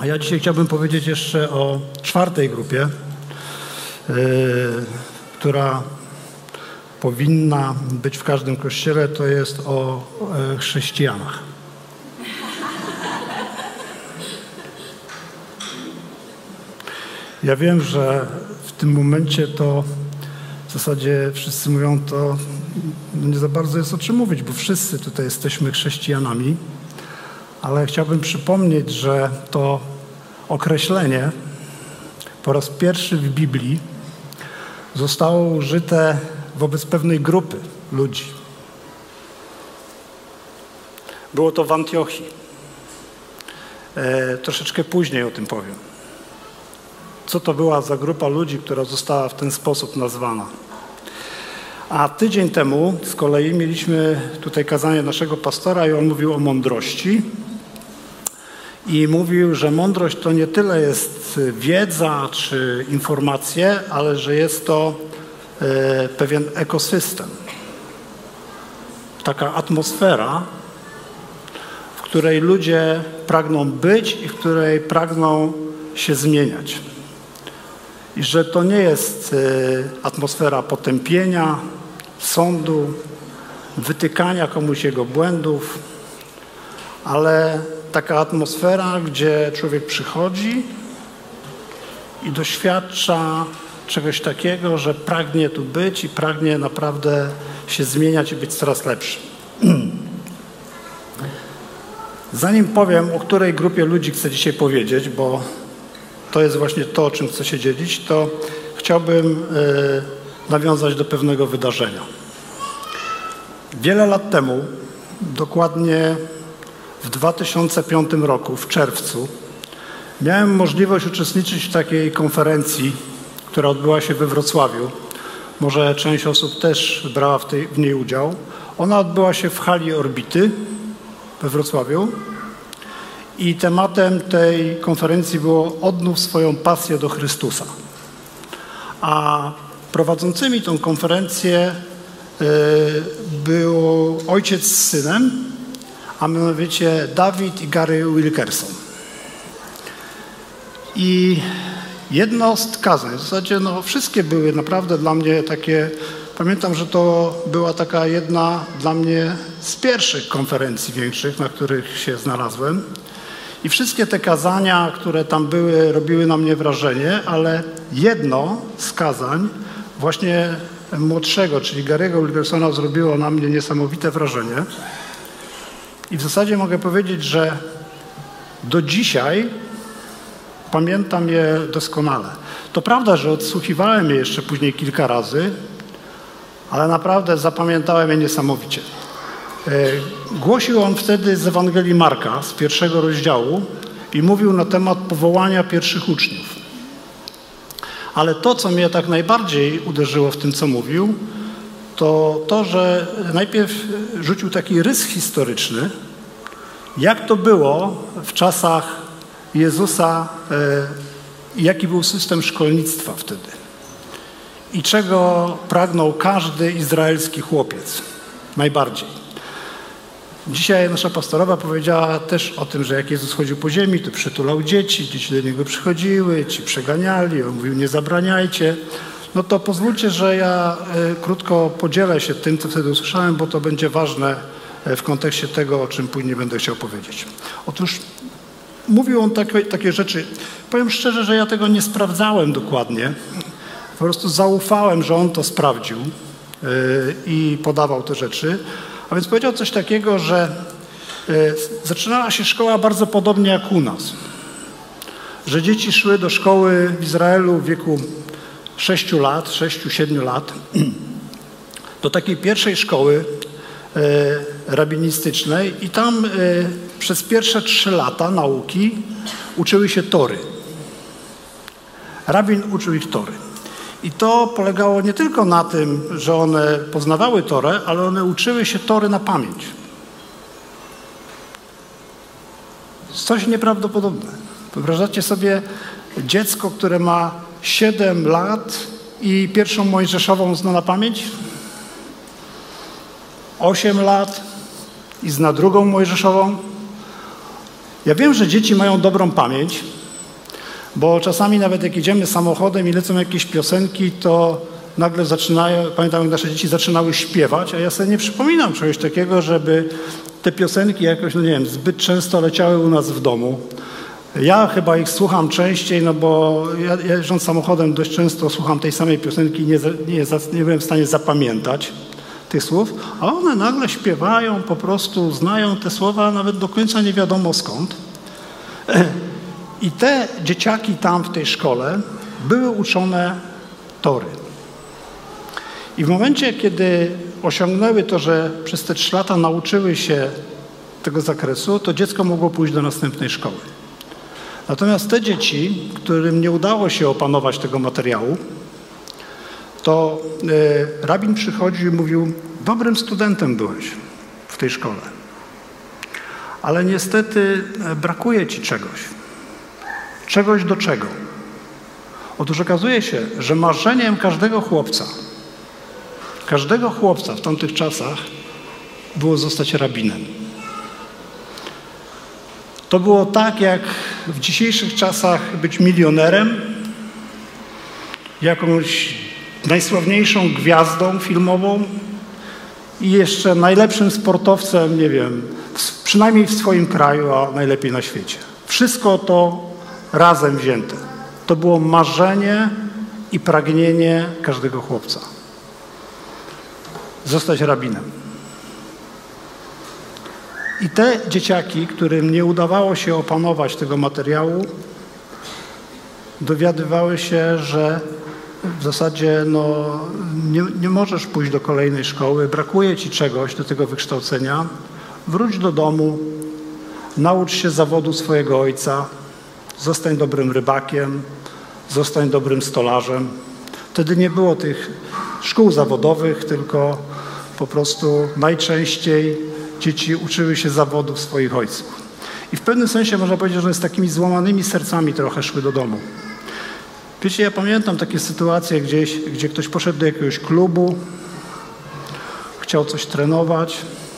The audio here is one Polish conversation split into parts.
A ja dzisiaj chciałbym powiedzieć jeszcze o czwartej grupie, która powinna być w każdym kościele, to jest o chrześcijanach. Ja wiem, że w tym momencie to w zasadzie wszyscy mówią, to nie za bardzo jest o czym mówić, bo wszyscy tutaj jesteśmy chrześcijanami, ale chciałbym przypomnieć, że to określenie po raz pierwszy w Biblii zostało użyte wobec pewnej grupy ludzi. Było to w Antiochii. Troszeczkę później o tym powiem. Co to była za grupa ludzi, która została w ten sposób nazwana. A tydzień temu z kolei mieliśmy tutaj kazanie naszego pastora i on mówił o mądrości. I mówił, że mądrość to nie tyle jest wiedza czy informacje, ale że jest to pewien ekosystem. Taka atmosfera, w której ludzie pragną być i w której pragną się zmieniać. I że to nie jest atmosfera potępienia, sądu, wytykania komuś jego błędów, ale taka atmosfera, gdzie człowiek przychodzi i doświadcza czegoś takiego, że pragnie tu być i pragnie naprawdę się zmieniać i być coraz lepszy. Zanim powiem, o której grupie ludzi chcę dzisiaj powiedzieć, bo to jest właśnie to, o czym chcę się dzielić, to chciałbym nawiązać do pewnego wydarzenia. Wiele lat temu, dokładnie w 2005 roku, w czerwcu, miałem możliwość uczestniczyć w takiej konferencji, która odbyła się we Wrocławiu. Może część osób też brała w niej udział. Ona odbyła się w hali Orbity we Wrocławiu i tematem tej konferencji było odnów swoją pasję do Chrystusa. A prowadzącymi tą konferencję był ojciec z synem, a mianowicie Dawid i Gary Wilkerson. I jedno z kazań, w zasadzie wszystkie były naprawdę dla mnie takie, pamiętam, że to była taka jedna dla mnie z pierwszych konferencji większych, na których się znalazłem. I wszystkie te kazania, które tam były, robiły na mnie wrażenie, ale jedno z kazań właśnie młodszego, czyli Gary'ego Wilkersona, zrobiło na mnie niesamowite wrażenie. I w zasadzie mogę powiedzieć, że do dzisiaj pamiętam je doskonale. To prawda, że odsłuchiwałem je jeszcze później kilka razy, ale naprawdę zapamiętałem je niesamowicie. Głosił on wtedy z Ewangelii Marka, z 1 rozdziału i mówił na temat powołania pierwszych uczniów. Ale to, co mnie tak najbardziej uderzyło w tym, co mówił, to to, że najpierw rzucił taki rys historyczny, jak to było w czasach Jezusa, jaki był system szkolnictwa wtedy i czego pragnął każdy izraelski chłopiec najbardziej. Dzisiaj nasza pastorowa powiedziała też o tym, że jak Jezus chodził po ziemi, to przytulał dzieci do niego przychodziły, ci przeganiali, on mówił nie zabraniajcie. No to pozwólcie, że ja krótko podzielę się tym, co wtedy usłyszałem, bo to będzie ważne w kontekście tego, o czym później będę chciał powiedzieć. Otóż mówił on takie rzeczy. Powiem szczerze, że ja tego nie sprawdzałem dokładnie. Po prostu zaufałem, że on to sprawdził i podawał te rzeczy. A więc powiedział coś takiego, że zaczynała się szkoła bardzo podobnie jak u nas. Że dzieci szły do szkoły w Izraelu w wieku 6-7 lat, do takiej pierwszej szkoły rabinistycznej i tam przez pierwsze 3 lata nauki uczyły się Tory. Rabin uczył ich Tory. I to polegało nie tylko na tym, że one poznawały Torę, ale one uczyły się Tory na pamięć. Coś nieprawdopodobne. Wyobrażacie sobie dziecko, które ma 7 lat i pierwszą Mojżeszową zna na pamięć? 8 lat i zna drugą Mojżeszową? Ja wiem, że dzieci mają dobrą pamięć, bo czasami nawet jak jedziemy samochodem i lecą jakieś piosenki, to nagle zaczynają, pamiętam jak nasze dzieci zaczynały śpiewać, a ja sobie nie przypominam czegoś takiego, żeby te piosenki jakoś, no nie wiem, zbyt często leciały u nas w domu. Ja chyba ich słucham częściej, no bo ja jeżdżąc samochodem dość często słucham tej samej piosenki i nie byłem w stanie zapamiętać tych słów, a one nagle śpiewają, po prostu znają te słowa, nawet do końca nie wiadomo skąd. I te dzieciaki tam w tej szkole były uczone Tory. I w momencie, kiedy osiągnęły to, że przez te 3 lata nauczyły się tego zakresu, to dziecko mogło pójść do następnej szkoły. Natomiast te dzieci, którym nie udało się opanować tego materiału, to rabin przychodził i mówił: dobrym studentem byłeś w tej szkole, ale niestety brakuje ci czegoś. Czegoś do czego? Otóż okazuje się, że marzeniem każdego chłopca w tamtych czasach było zostać rabinem. To było tak, jak w dzisiejszych czasach być milionerem, jakąś najsławniejszą gwiazdą filmową i jeszcze najlepszym sportowcem, nie wiem, przynajmniej w swoim kraju, a najlepiej na świecie. Wszystko to razem wzięte. To było marzenie i pragnienie każdego chłopca. Zostać rabinem. I te dzieciaki, którym nie udawało się opanować tego materiału, dowiadywały się, że w zasadzie nie możesz pójść do kolejnej szkoły, brakuje ci czegoś do tego wykształcenia, wróć do domu, naucz się zawodu swojego ojca, zostań dobrym rybakiem, zostań dobrym stolarzem. Wtedy nie było tych szkół zawodowych, tylko po prostu najczęściej dzieci uczyły się zawodów swoich ojców. I w pewnym sensie można powiedzieć, że z takimi złamanymi sercami trochę szły do domu. Wiecie, ja pamiętam takie sytuacje gdzieś, gdzie ktoś poszedł do jakiegoś klubu, chciał coś trenować,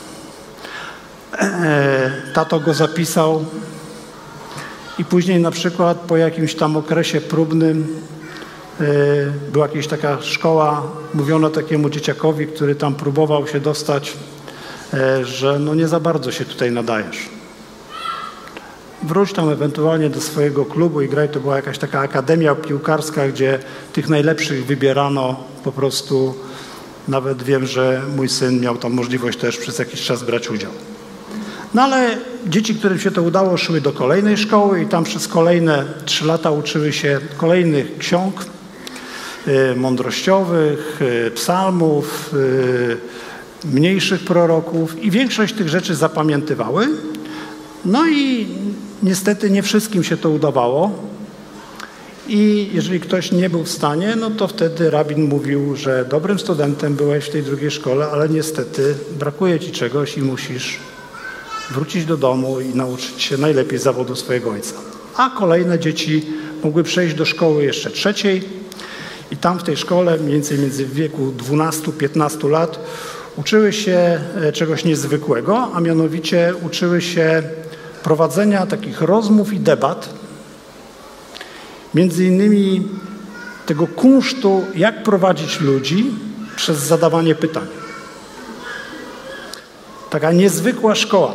tato go zapisał i później na przykład po jakimś tam okresie próbnym była jakaś taka szkoła, mówiono takiemu dzieciakowi, który tam próbował się dostać, że nie za bardzo się tutaj nadajesz. Wróć tam ewentualnie do swojego klubu i graj. To była jakaś taka akademia piłkarska, gdzie tych najlepszych wybierano po prostu. Nawet wiem, że mój syn miał tam możliwość też przez jakiś czas brać udział. No ale dzieci, którym się to udało, szły do kolejnej szkoły i tam przez kolejne 3 lata uczyły się kolejnych ksiąg mądrościowych, psalmów, mniejszych proroków i większość tych rzeczy zapamiętywały. No i niestety nie wszystkim się to udawało i jeżeli ktoś nie był w stanie, no to wtedy rabin mówił, że dobrym studentem byłeś w tej drugiej szkole, ale niestety brakuje ci czegoś i musisz wrócić do domu i nauczyć się najlepiej zawodu swojego ojca. A kolejne dzieci mogły przejść do szkoły jeszcze 3. i tam w tej szkole, mniej więcej między wieku 12-15 lat, uczyły się czegoś niezwykłego, a mianowicie uczyły się prowadzenia takich rozmów i debat, między innymi tego kunsztu, jak prowadzić ludzi przez zadawanie pytań. Taka niezwykła szkoła.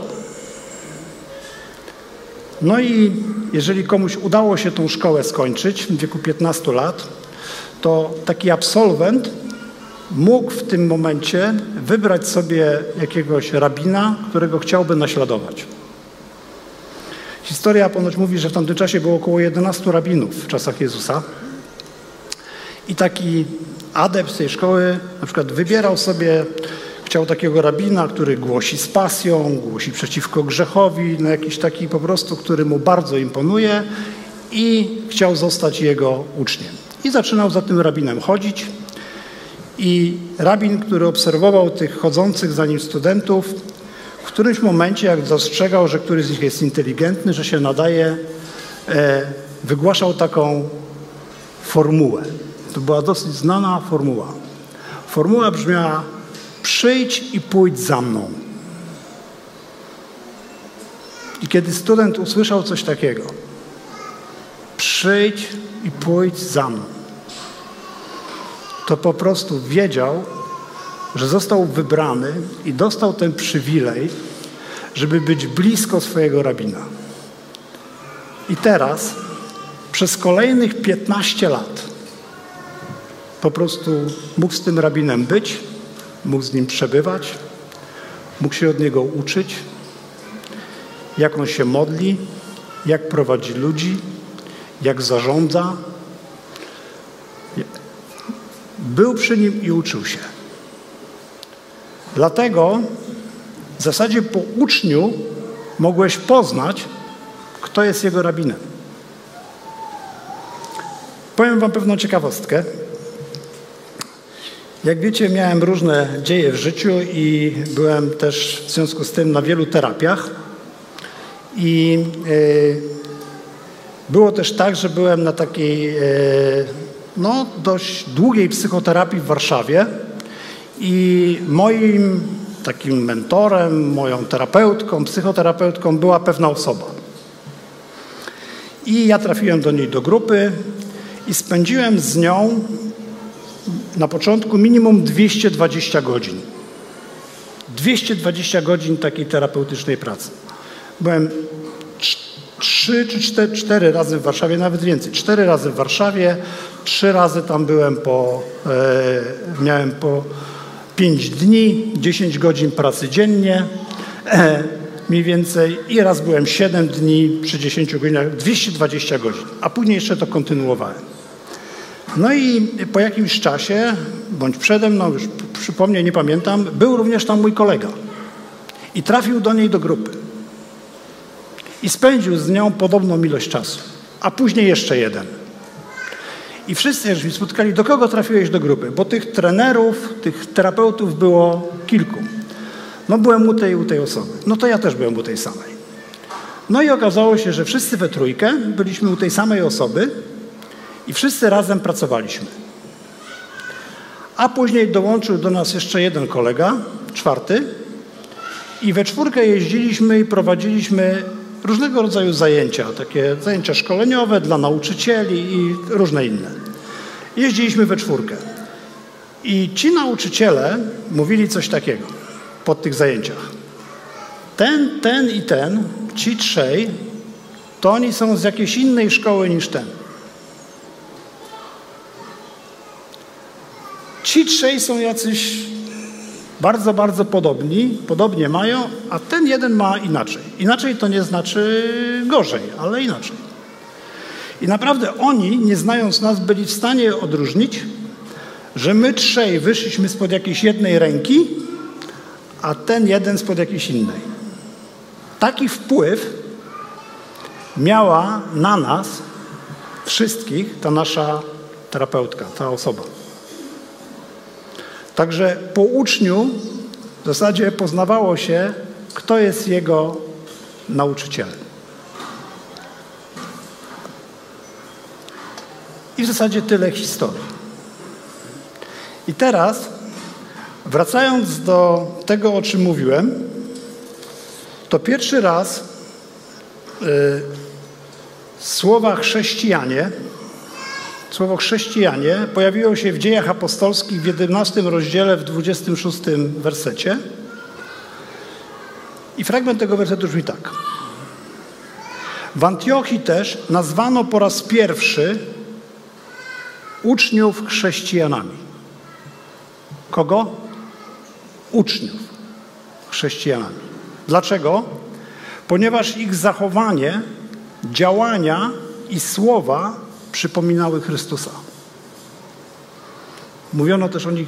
No i jeżeli komuś udało się tą szkołę skończyć w wieku 15 lat, to taki absolwent mógł w tym momencie wybrać sobie jakiegoś rabina, którego chciałby naśladować. Historia ponoć mówi, że w tamtym czasie było około 11 rabinów w czasach Jezusa. I taki adept z tej szkoły na przykład wybierał sobie, chciał takiego rabina, który głosi z pasją, głosi przeciwko grzechowi, jakiś taki po prostu, który mu bardzo imponuje i chciał zostać jego uczniem. I zaczynał za tym rabinem chodzić. I rabin, który obserwował tych chodzących za nim studentów, w którymś momencie, jak dostrzegał, że któryś z nich jest inteligentny, że się nadaje, wygłaszał taką formułę. To była dosyć znana formuła. Formuła brzmiała: przyjdź i pójdź za mną. I kiedy student usłyszał coś takiego, przyjdź i pójdź za mną, to po prostu wiedział, że został wybrany i dostał ten przywilej, żeby być blisko swojego rabina. I teraz przez kolejnych 15 lat po prostu mógł z tym rabinem być, mógł z nim przebywać, mógł się od niego uczyć, jak on się modli, jak prowadzi ludzi, jak zarządza. Był przy nim i uczył się. Dlatego w zasadzie po uczniu mogłeś poznać, kto jest jego rabinem. Powiem wam pewną ciekawostkę. Jak wiecie, miałem różne dzieje w życiu i byłem też w związku z tym na wielu terapiach. I było też tak, że byłem na takiej dość długiej psychoterapii w Warszawie i moim takim mentorem, moją terapeutką, psychoterapeutką była pewna osoba. I ja trafiłem do niej do grupy i spędziłem z nią na początku minimum 220 godzin. 220 godzin takiej terapeutycznej pracy. Byłem 3 czy 4 razy w Warszawie, nawet więcej. 4 razy w Warszawie, 3 razy tam byłem miałem po 5 dni, 10 godzin pracy dziennie, mniej więcej. I raz byłem 7 dni przy 10 godzinach, 220 godzin. A później jeszcze to kontynuowałem. No i po jakimś czasie, bądź przede mną, już przypomnę, nie pamiętam, był również tam mój kolega. I trafił do niej do grupy. I spędził z nią podobną ilość czasu. A później jeszcze jeden. I wszyscy, żeśmy spotkali, do kogo trafiłeś do grupy? Bo tych trenerów, tych terapeutów było kilku. No byłem u tej osoby. No to ja też byłem u tej samej. No i okazało się, że wszyscy we trójkę byliśmy u tej samej osoby i wszyscy razem pracowaliśmy. A później dołączył do nas jeszcze jeden kolega, 4. I we 4 jeździliśmy i prowadziliśmy różnego rodzaju zajęcia, takie zajęcia szkoleniowe dla nauczycieli i różne inne. Jeździliśmy we 4. I ci nauczyciele mówili coś takiego po tych zajęciach. Ten i ten, ci 3, to oni są z jakiejś innej szkoły niż ten. Ci 3 są jacyś bardzo, bardzo podobnie mają, a ten jeden ma inaczej. Inaczej to nie znaczy gorzej, ale inaczej. I naprawdę oni, nie znając nas, byli w stanie odróżnić, że my 3 wyszliśmy spod jakiejś jednej ręki, a ten jeden spod jakiejś innej. Taki wpływ miała na nas wszystkich ta nasza terapeutka, ta osoba. Także po uczniu w zasadzie poznawało się, kto jest jego nauczycielem. I w zasadzie tyle historii. I teraz, wracając do tego, o czym mówiłem, to pierwszy raz słowo chrześcijanie pojawiło się w Dziejach Apostolskich w 11 rozdziale, w 26 wersecie. I fragment tego wersetu brzmi tak. W Antiochii też nazwano po raz pierwszy uczniów chrześcijanami. Kogo? Uczniów chrześcijanami. Dlaczego? Ponieważ ich zachowanie, działania i słowa przypominały Chrystusa. Mówiono też o nich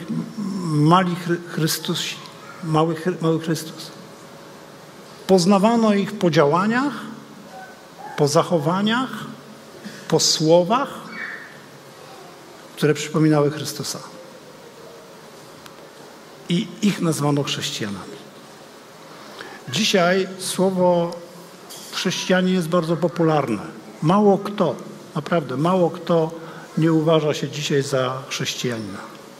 mały Chrystus. Poznawano ich po działaniach, po zachowaniach, po słowach, które przypominały Chrystusa. I ich nazwano chrześcijanami. Dzisiaj słowo chrześcijanie jest bardzo popularne. Mało kto, naprawdę mało kto nie uważa się dzisiaj za chrześcijanina.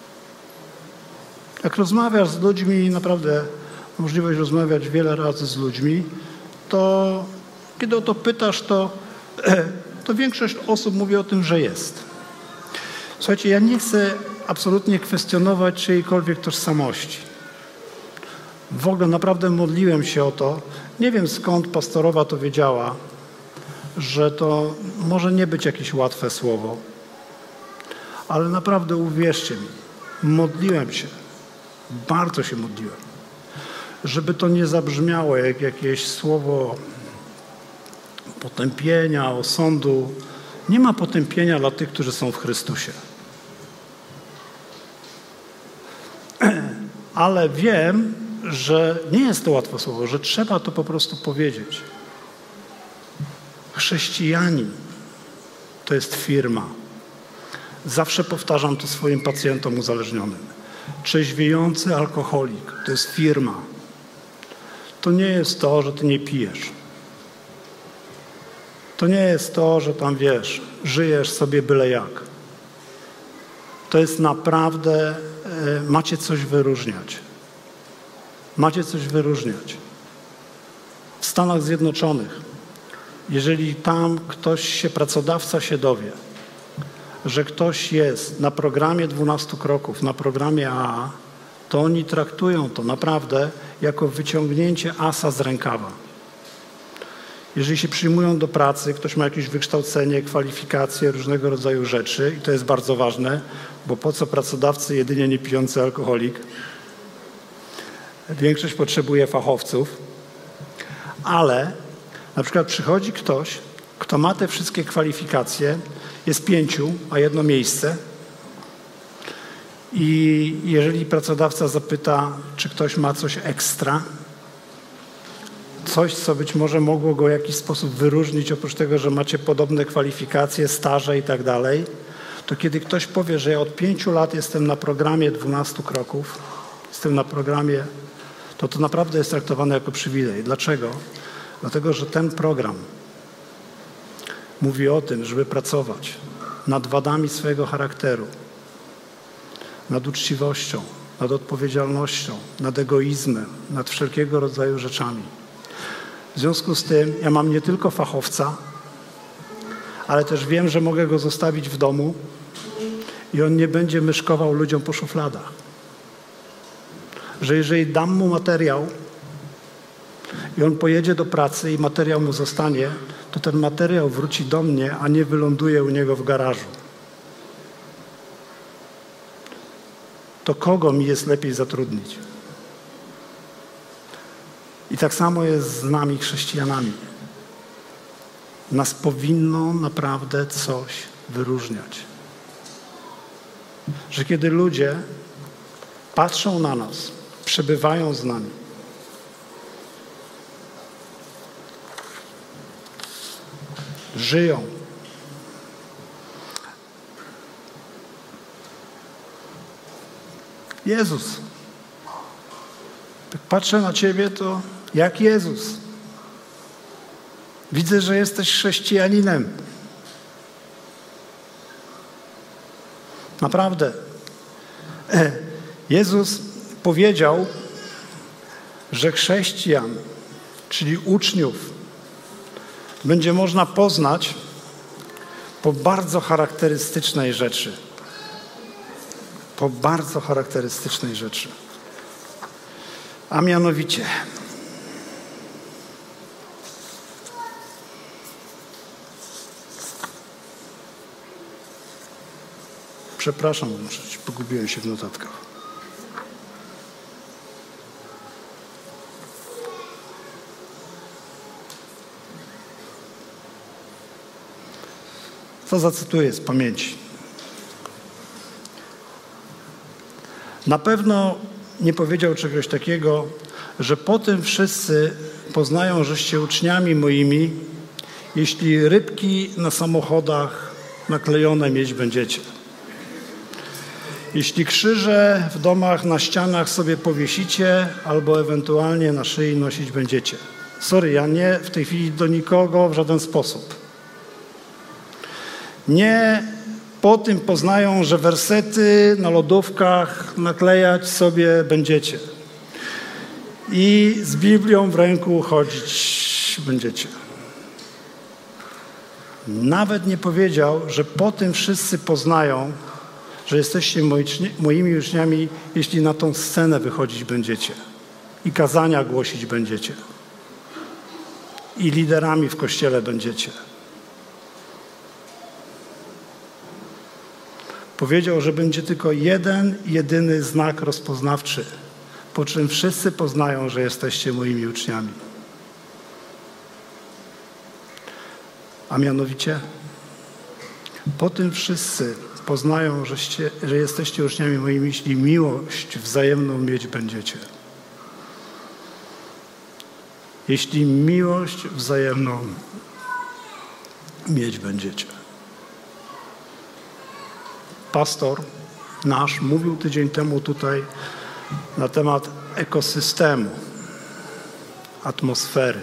Jak rozmawiasz z ludźmi, naprawdę możliwość rozmawiać wiele razy z ludzi, to Kiedy o to pytasz, to większość osób mówi o tym, że jest. Słuchajcie, ja nie chcę absolutnie kwestionować czyjejkolwiek tożsamości. W ogóle naprawdę modliłem się o to. Nie wiem, skąd pastorowa to wiedziała, że to może nie być jakieś łatwe słowo. Ale naprawdę uwierzcie mi, modliłem się, bardzo się modliłem, żeby to nie zabrzmiało jak jakieś słowo potępienia, osądu. Nie ma potępienia dla tych, którzy są w Chrystusie. Ale wiem, że nie jest to łatwe słowo, że trzeba to po prostu powiedzieć. Chrześcijanin to jest firma. Zawsze powtarzam to swoim pacjentom uzależnionym. Trzeźwiejący alkoholik to jest firma. To nie jest to, że ty nie pijesz. To nie jest to, że tam wiesz, żyjesz sobie byle jak. To jest naprawdę, macie coś wyróżniać. Macie coś wyróżniać. W Stanach Zjednoczonych, jeżeli tam pracodawca się dowie, że ktoś jest na programie 12 kroków, na programie AA, to oni traktują to naprawdę jako wyciągnięcie asa z rękawa. Jeżeli się przyjmują do pracy, ktoś ma jakieś wykształcenie, kwalifikacje, różnego rodzaju rzeczy i to jest bardzo ważne, bo po co pracodawcy jedynie nie pijący alkoholik? Większość potrzebuje fachowców, ale na przykład przychodzi ktoś, kto ma te wszystkie kwalifikacje, jest 5, a 1 miejsce i jeżeli pracodawca zapyta, czy ktoś ma coś ekstra, coś, co być może mogło go w jakiś sposób wyróżnić, oprócz tego, że macie podobne kwalifikacje, staże i tak dalej, to kiedy ktoś powie, że ja od 5 lat jestem na programie 12 kroków, jestem na programie, to naprawdę jest traktowane jako przywilej. Dlaczego? Dlatego, że ten program mówi o tym, żeby pracować nad wadami swojego charakteru, nad uczciwością, nad odpowiedzialnością, nad egoizmem, nad wszelkiego rodzaju rzeczami. W związku z tym ja mam nie tylko fachowca, ale też wiem, że mogę go zostawić w domu i on nie będzie myszkował ludziom po szufladach. Że jeżeli dam mu materiał i on pojedzie do pracy i materiał mu zostanie, to ten materiał wróci do mnie, a nie wyląduje u niego w garażu. To kogo mi jest lepiej zatrudnić? I tak samo jest z nami, chrześcijanami. Nas powinno naprawdę coś wyróżniać. Że kiedy ludzie patrzą na nas, przebywają z nami, żyją, Jezus. Jak patrzę na Ciebie, to jak Jezus. Widzę, że jesteś chrześcijaninem. Naprawdę. Jezus powiedział, że chrześcijan, czyli uczniów, będzie można poznać po bardzo charakterystycznej rzeczy. Po bardzo charakterystycznej rzeczy. A mianowicie przepraszam, pogubiłem się w notatkach. Co zacytuję z pamięci? Na pewno nie powiedział czegoś takiego, że po tym wszyscy poznają, żeście uczniami moimi, jeśli rybki na samochodach naklejone mieć będziecie. Jeśli krzyże w domach na ścianach sobie powiesicie, albo ewentualnie na szyi nosić będziecie. Sorry, ja nie w tej chwili do nikogo w żaden sposób. Nie po tym poznają, że wersety na lodówkach naklejać sobie będziecie. I z Biblią w ręku chodzić będziecie. Nawet nie powiedział, że po tym wszyscy poznają, że jesteście moimi uczniami, jeśli na tą scenę wychodzić będziecie i kazania głosić będziecie i liderami w Kościele będziecie. Powiedział, że będzie tylko jeden, jedyny znak rozpoznawczy, po czym wszyscy poznają, że jesteście moimi uczniami. A mianowicie, po tym wszyscy poznają, że jesteście uczniami moimi, jeśli miłość wzajemną mieć będziecie. Jeśli miłość wzajemną mieć będziecie. Pastor nasz mówił tydzień temu tutaj na temat ekosystemu, atmosfery.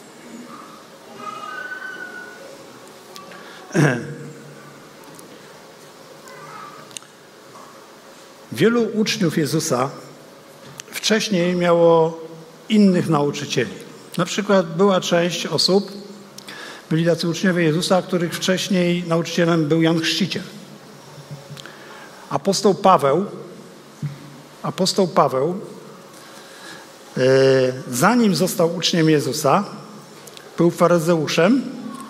Wielu uczniów Jezusa wcześniej miało innych nauczycieli. Na przykład była część osób, byli tacy uczniowie Jezusa, których wcześniej nauczycielem był Jan Chrzciciel. Apostoł Paweł, zanim został uczniem Jezusa, był faryzeuszem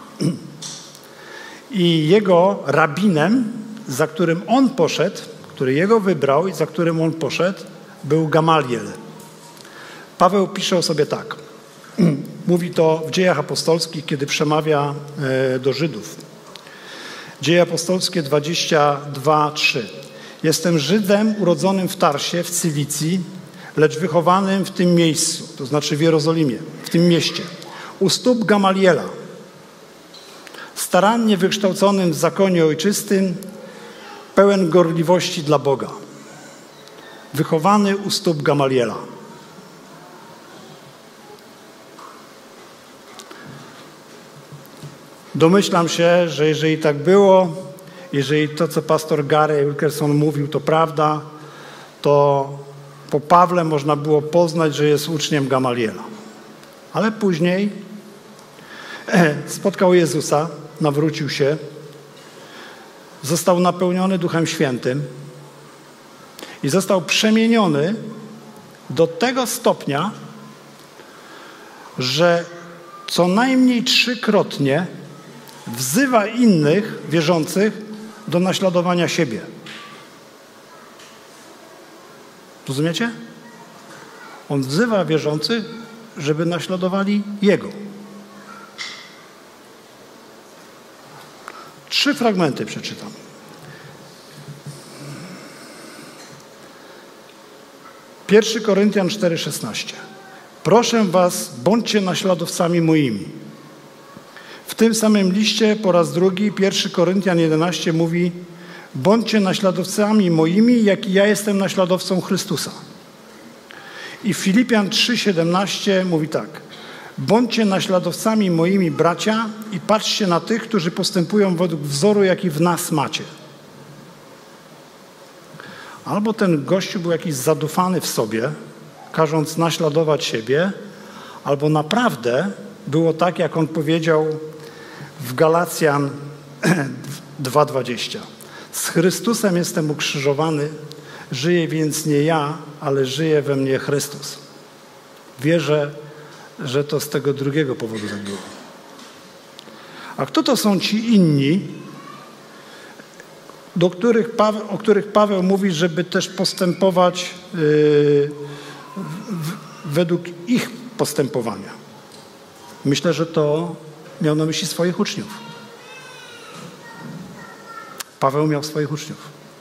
i jego rabinem, za którym on poszedł, który jego wybrał i za którym on poszedł, był Gamaliel. Paweł pisze o sobie tak. Mówi to w Dziejach Apostolskich, kiedy przemawia do Żydów. Dzieje Apostolskie 22:3. Jestem Żydem urodzonym w Tarsie, w Cylicji, lecz wychowanym w tym miejscu, to znaczy w Jerozolimie, w tym mieście, u stóp Gamaliela, starannie wykształconym w zakonie ojczystym, pełen gorliwości dla Boga. Wychowany u stóp Gamaliela. Domyślam się, że jeżeli tak było, jeżeli to, co pastor Gary Wilkerson mówił, to prawda, to po Pawle można było poznać, że jest uczniem Gamaliela. Ale później spotkał Jezusa, nawrócił się, został napełniony Duchem Świętym i został przemieniony do tego stopnia, że co najmniej 3-krotnie wzywa innych wierzących do naśladowania siebie. Rozumiecie? On wzywa wierzących, żeby naśladowali Jego. 3 fragmenty przeczytam. Pierwszy Koryntian 4,16. Proszę was, bądźcie naśladowcami moimi. W tym samym liście po raz drugi 1 Koryntian 11 mówi: bądźcie naśladowcami moimi, jak i ja jestem naśladowcą Chrystusa. I w Filipian 3,17 mówi tak: bądźcie naśladowcami moimi, bracia, i patrzcie na tych, którzy postępują według wzoru, jaki w nas macie. Albo ten gościu był jakiś zadufany w sobie, każąc naśladować siebie, albo naprawdę było tak, jak on powiedział w Galacjan 2:20. Z Chrystusem jestem ukrzyżowany, żyję więc nie ja, ale żyje we mnie Chrystus. Wierzę, że to z tego drugiego powodu tak było. A kto to są ci inni, o których Paweł mówi, żeby też postępować według ich postępowania? Myślę, że to miał na myśli swoich uczniów. Paweł miał swoich uczniów.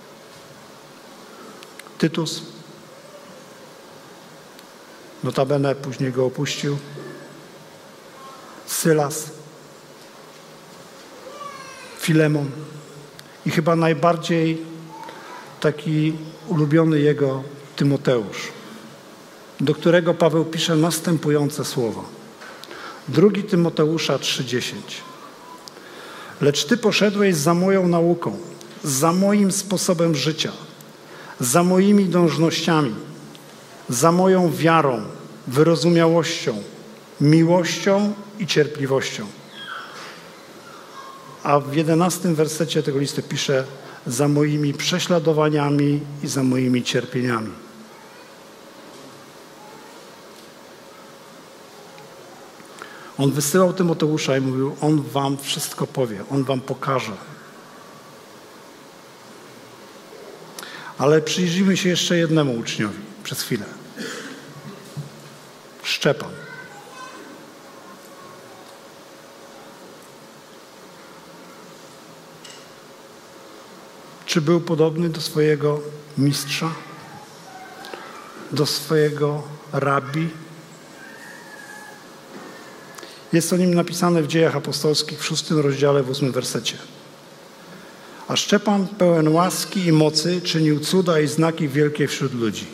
Tytus, notabene później go opuścił. Sylas, Filemon i chyba najbardziej taki ulubiony jego Tymoteusz, do którego Paweł pisze następujące słowa. 2 Tymoteusza 3:10. Lecz ty poszedłeś za moją nauką, za moim sposobem życia, za moimi dążnościami, za moją wiarą, wyrozumiałością, miłością i cierpliwością. A w 11 wersecie tego listu pisze: za moimi prześladowaniami i za moimi cierpieniami. On wysyłał Tymoteusza i mówił: on wam wszystko powie, on wam pokaże. Ale przyjrzyjmy się jeszcze jednemu uczniowi przez chwilę. Szczepan. Czy był podobny do swojego mistrza? Do swojego rabbi? Jest o nim napisane w Dziejach Apostolskich w 6 rozdziale, w 8 wersecie. A Szczepan, pełen łaski i mocy, czynił cuda i znaki wielkie wśród ludzi.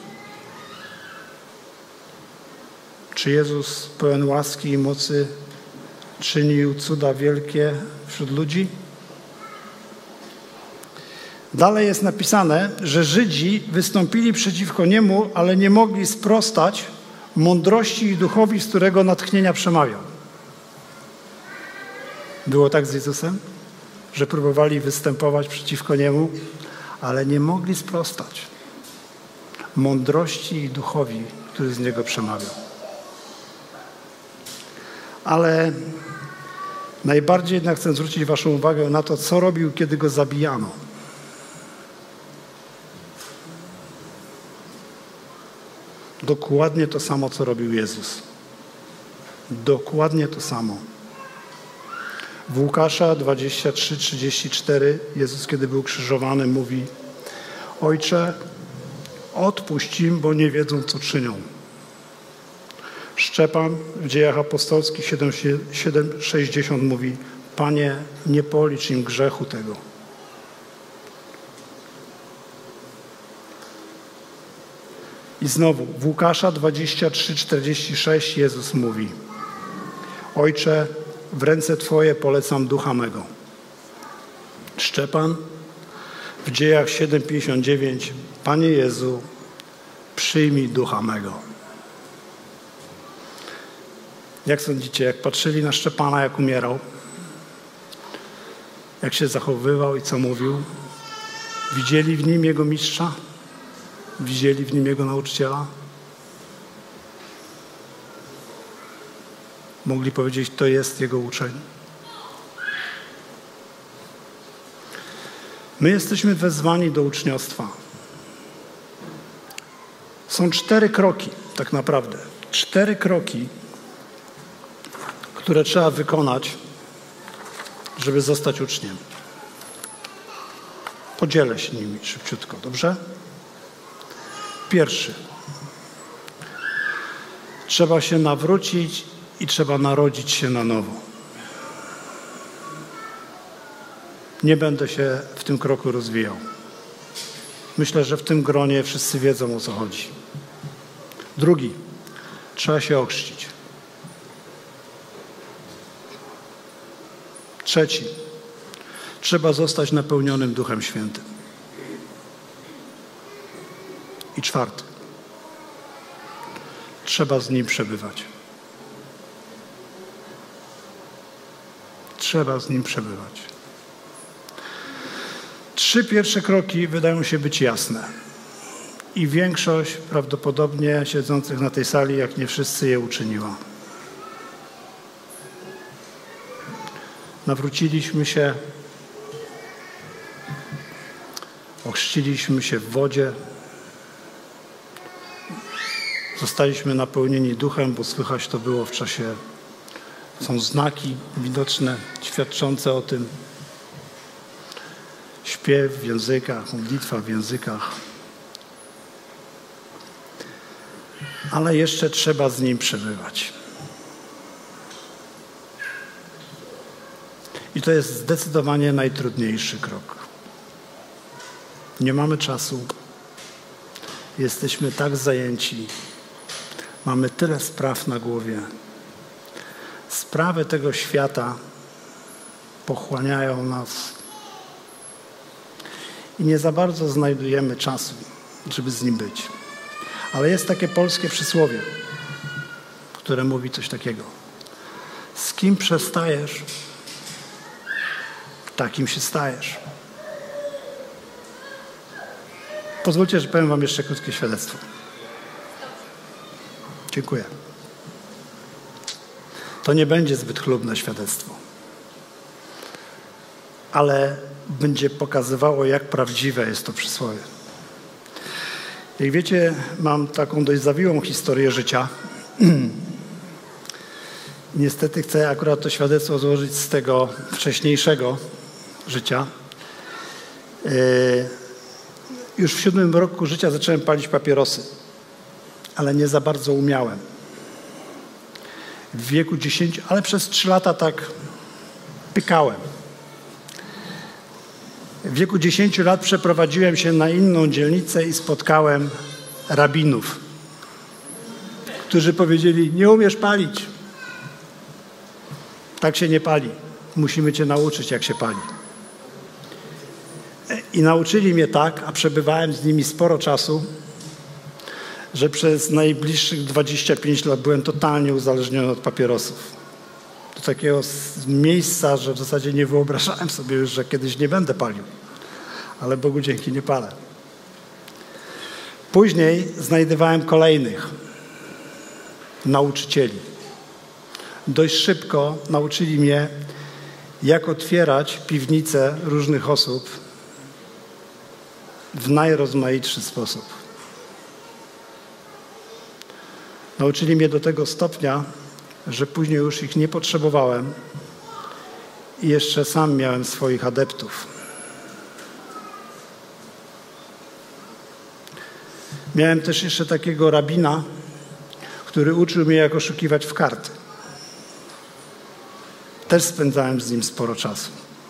Czy Jezus, pełen łaski i mocy, czynił cuda wielkie wśród ludzi? Dalej jest napisane, że Żydzi wystąpili przeciwko niemu, ale nie mogli sprostać mądrości i duchowi, z którego natchnienia przemawiał. Było tak z Jezusem, że próbowali występować przeciwko niemu, ale nie mogli sprostać mądrości i duchowi, który z niego przemawiał. Ale najbardziej jednak chcę zwrócić waszą uwagę na to, co robił, kiedy go zabijano. Dokładnie to samo, co robił Jezus. Dokładnie to samo. W Łukasza 23:34 Jezus, kiedy był krzyżowany, mówi: Ojcze, odpuść im, bo nie wiedzą, co czynią. Szczepan w Dziejach Apostolskich 7:60 mówi: Panie, nie policz im grzechu tego. I znowu w Łukasza 23:46 Jezus mówi: Ojcze, w ręce Twoje polecam ducha mego. Szczepan w Dziejach 7:59: Panie Jezu, przyjmij ducha mego. Jak sądzicie, jak patrzyli na Szczepana, jak umierał, jak się zachowywał i co mówił, widzieli w nim jego mistrza? Widzieli w nim jego nauczyciela? Mogli powiedzieć: to jest jego uczeń. My jesteśmy wezwani do uczniostwa. Są 4 kroki, tak naprawdę. 4 kroki, które trzeba wykonać, żeby zostać uczniem. Podzielę się nimi szybciutko, dobrze? Pierwszy. Trzeba się nawrócić i trzeba narodzić się na nowo. Nie będę się w tym kroku rozwijał. Myślę, że w tym gronie wszyscy wiedzą, o co chodzi. Drugi. Trzeba się ochrzcić. Trzeci. Trzeba zostać napełnionym Duchem Świętym. I czwarty. Trzeba z Nim przebywać. Trzeba z Nim przebywać. 3 pierwsze kroki wydają się być jasne. I większość prawdopodobnie siedzących na tej sali, jak nie wszyscy, je uczyniła. Nawróciliśmy się, ochrzciliśmy się w wodzie, zostaliśmy napełnieni duchem, bo słychać to było w czasie, są znaki widoczne, świadczące o tym. Śpiew w językach, modlitwa w językach. Ale jeszcze trzeba z Nim przebywać. I to jest zdecydowanie najtrudniejszy krok. Nie mamy czasu. Jesteśmy tak zajęci. Mamy tyle spraw na głowie. Sprawy tego świata pochłaniają nas. I nie za bardzo znajdujemy czasu, żeby z Nim być. Ale jest takie polskie przysłowie, które mówi coś takiego. Z kim przestajesz, takim się stajesz. Pozwólcie, że powiem wam jeszcze krótkie świadectwo. Dziękuję. To nie będzie zbyt chlubne świadectwo, ale będzie pokazywało, jak prawdziwe jest to przysłowie. Jak wiecie, mam taką dość zawiłą historię życia. Niestety chcę akurat to świadectwo złożyć z tego wcześniejszego życia. Już w 7 roku życia zacząłem palić papierosy, ale nie za bardzo umiałem. W wieku 10, ale przez 3 lata tak pykałem. W wieku 10 lat przeprowadziłem się na inną dzielnicę i spotkałem rabinów, którzy powiedzieli: nie umiesz palić. Tak się nie pali. Musimy cię nauczyć, jak się pali. I nauczyli mnie tak, a przebywałem z nimi sporo czasu, że przez najbliższych 25 lat byłem totalnie uzależniony od papierosów. Do takiego miejsca, że w zasadzie nie wyobrażałem sobie już, że kiedyś nie będę palił. Ale Bogu dzięki, nie palę. Później znajdowałem kolejnych nauczycieli. Dość szybko nauczyli mnie, jak otwierać piwnice różnych osób w najrozmaitszy sposób. Nauczyli mnie do tego stopnia, że później już ich nie potrzebowałem i jeszcze sam miałem swoich adeptów. Miałem też jeszcze takiego rabina, który uczył mnie, jak oszukiwać w karty. Też spędzałem z nim sporo czasu.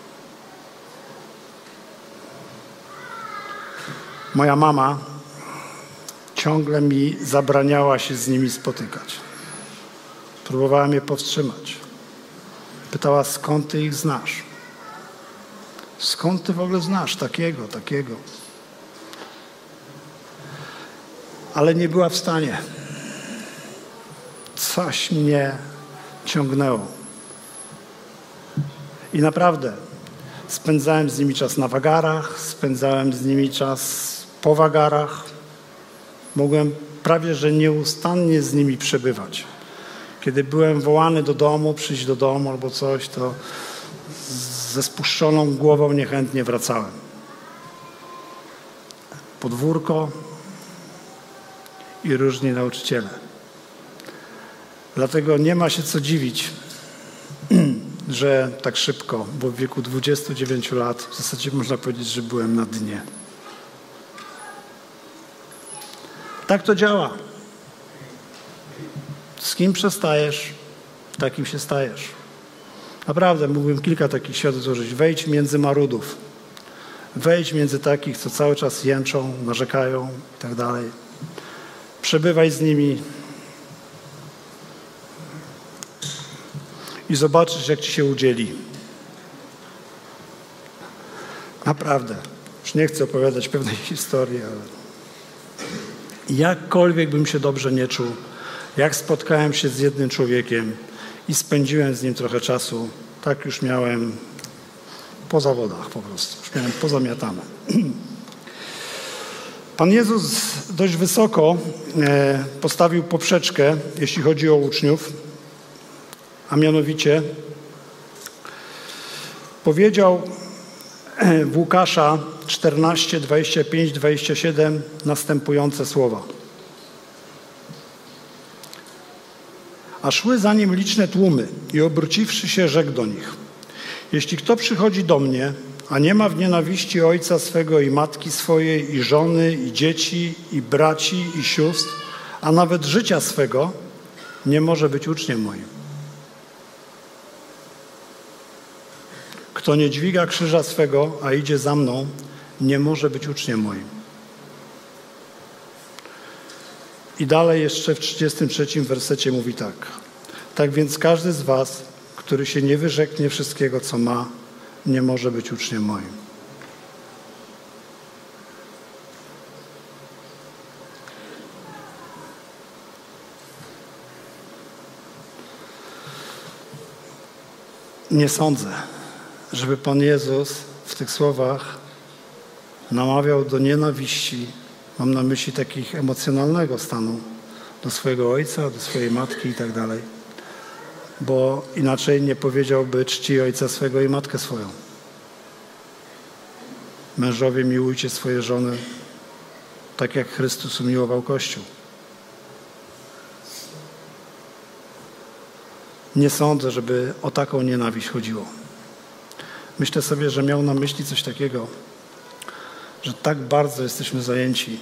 Moja mama ciągle mi zabraniała się z nimi spotykać. Próbowała mnie powstrzymać. Pytała, skąd ty ich znasz? Skąd ty w ogóle znasz takiego? Ale nie była w stanie. Coś mnie ciągnęło. I naprawdę spędzałem z nimi czas na wagarach, spędzałem z nimi czas po wagarach. Mogłem prawie, że nieustannie z nimi przebywać. Kiedy byłem wołany do domu, przyjść do domu albo coś, to ze spuszczoną głową niechętnie wracałem. Podwórko i różni nauczyciele. Dlatego nie ma się co dziwić, że tak szybko, bo w wieku 29 lat w zasadzie można powiedzieć, że byłem na dnie. Tak to działa. Z kim przestajesz, takim się stajesz. Naprawdę, mógłbym kilka takich świadectw złożyć. Wejdź między marudów. Wejdź między takich, co cały czas jęczą, narzekają i tak dalej. Przebywaj z nimi i zobaczysz, jak ci się udzieli. Naprawdę. Już nie chcę opowiadać pewnej historii, ale jakkolwiek bym się dobrze nie czuł, jak spotkałem się z jednym człowiekiem i spędziłem z nim trochę czasu, tak już miałem po zawodach po prostu. Już miałem pozamiatane. Pan Jezus dość wysoko postawił poprzeczkę, jeśli chodzi o uczniów, a mianowicie powiedział w Łukasza 14, 25, 27 następujące słowa. A szły za nim liczne tłumy i obróciwszy się, rzekł do nich: jeśli kto przychodzi do mnie, a nie ma w nienawiści ojca swego i matki swojej, i żony, i dzieci, i braci, i sióstr, a nawet życia swego, nie może być uczniem moim. Kto nie dźwiga krzyża swego, a idzie za mną, nie może być uczniem moim. I dalej jeszcze w 33 wersecie mówi tak. Tak więc każdy z was, który się nie wyrzeknie wszystkiego, co ma, nie może być uczniem moim. Nie sądzę, żeby Pan Jezus w tych słowach namawiał do nienawiści, mam na myśli takich emocjonalnego stanu, do swojego ojca, do swojej matki i tak dalej. Bo inaczej nie powiedziałby czci ojca swego i matkę swoją. Mężowie, miłujcie swoje żony, tak jak Chrystus umiłował Kościół. Nie sądzę, żeby o taką nienawiść chodziło. Myślę sobie, że miał na myśli coś takiego, że tak bardzo jesteśmy zajęci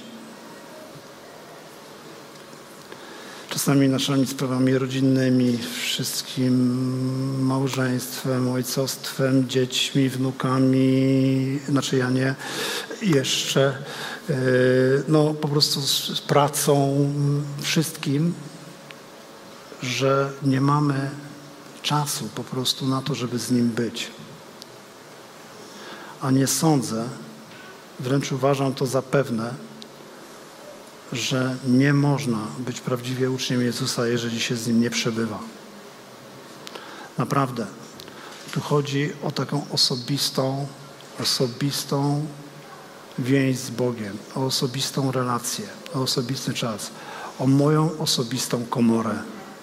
czasami naszymi sprawami rodzinnymi, wszystkim małżeństwem, ojcostwem, dziećmi, wnukami, znaczy ja nie, jeszcze, no po prostu z pracą, wszystkim, że nie mamy czasu po prostu na to, żeby z Nim być. A nie sądzę, wręcz uważam to za pewne, że nie można być prawdziwie uczniem Jezusa, jeżeli się z Nim nie przebywa. Naprawdę. Tu chodzi o taką osobistą więź z Bogiem, o osobistą relację, o osobisty czas, o moją osobistą komorę.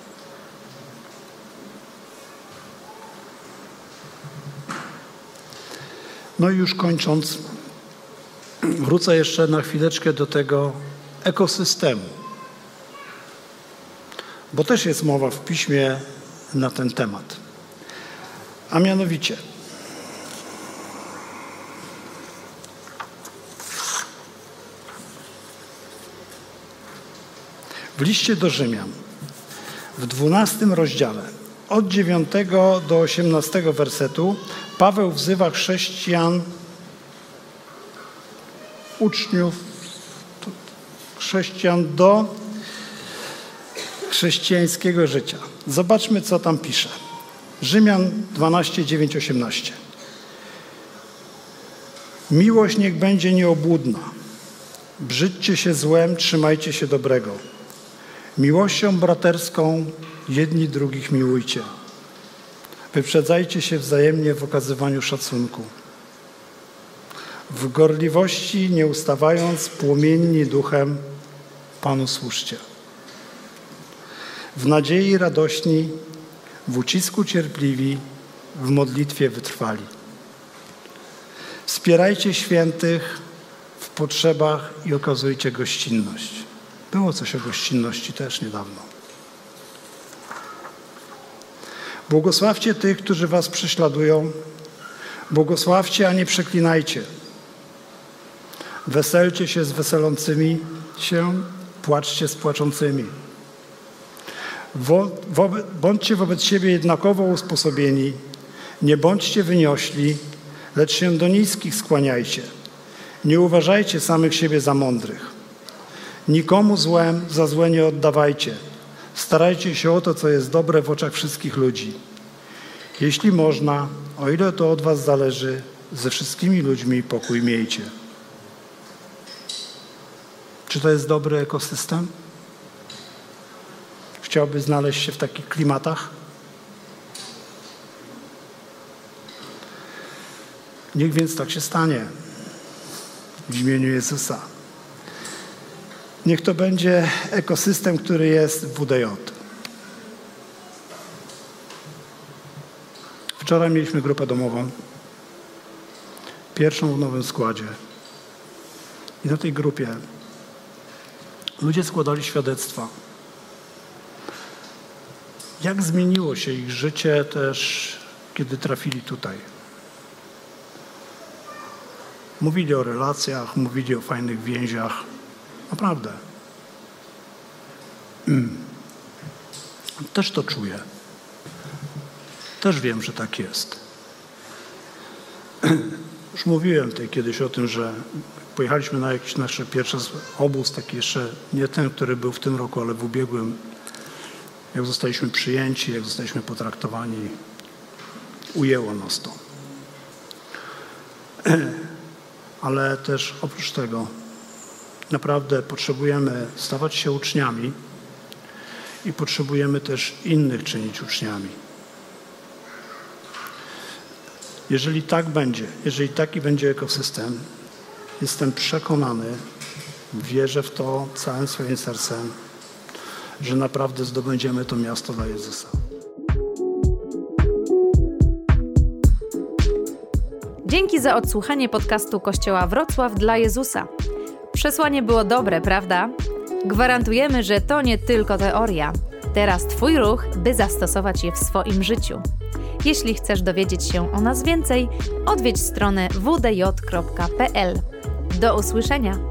No i już kończąc, wrócę jeszcze na chwileczkę do tego ekosystemu, bo też jest mowa w Piśmie na ten temat. A mianowicie w liście do Rzymian w 12 rozdziale od 9 do 18 wersetu Paweł wzywa chrześcijan, uczniów chrześcijan do chrześcijańskiego życia. Zobaczmy, co tam pisze. Rzymian 12, 9, 18. Miłość niech będzie nieobłudna. Brzydźcie się złem, trzymajcie się dobrego. Miłością braterską jedni drugich miłujcie. Wyprzedzajcie się wzajemnie w okazywaniu szacunku. W gorliwości nie ustawając, płomienni duchem, Panu służcie. W nadziei radośni, w ucisku cierpliwi, w modlitwie wytrwali. Wspierajcie świętych w potrzebach i okazujcie gościnność. Było coś o gościnności też niedawno. Błogosławcie tych, którzy was prześladują. Błogosławcie, a nie przeklinajcie. Weselcie się z weselącymi się, płaczcie z płaczącymi. Bądźcie wobec siebie jednakowo usposobieni. Nie bądźcie wyniośli, lecz się do niskich skłaniajcie. Nie uważajcie samych siebie za mądrych. Nikomu złem za złe nie oddawajcie. Starajcie się o to, co jest dobre w oczach wszystkich ludzi. Jeśli można, o ile to od was zależy, ze wszystkimi ludźmi pokój miejcie. Czy to jest dobry ekosystem? Chciałby znaleźć się w takich klimatach? Niech więc tak się stanie w imieniu Jezusa. Niech to będzie ekosystem, który jest w WDJ. Wczoraj mieliśmy grupę domową, pierwszą w nowym składzie. I na tej grupie ludzie składali świadectwa. Jak zmieniło się ich życie też, kiedy trafili tutaj. Mówili o relacjach, mówili o fajnych więziach. Naprawdę. Też to czuję. Też wiem, że tak jest. Już mówiłem tutaj kiedyś o tym, że pojechaliśmy na jakiś nasz pierwszy obóz, taki jeszcze nie ten, który był w tym roku, ale w ubiegłym. Jak zostaliśmy przyjęci, jak zostaliśmy potraktowani, ujęło nas to. Ale też oprócz tego naprawdę potrzebujemy stawać się uczniami i potrzebujemy też innych czynić uczniami. Jeżeli tak będzie, jeżeli taki będzie ekosystem, jestem przekonany, wierzę w to całym swoim sercem, że naprawdę zdobędziemy to miasto dla Jezusa. Dzięki za odsłuchanie podcastu Kościoła Wrocław dla Jezusa. Przesłanie było dobre, prawda? Gwarantujemy, że to nie tylko teoria. Teraz Twój ruch, by zastosować je w swoim życiu. Jeśli chcesz dowiedzieć się o nas więcej, odwiedź stronę wdj.pl. Do usłyszenia!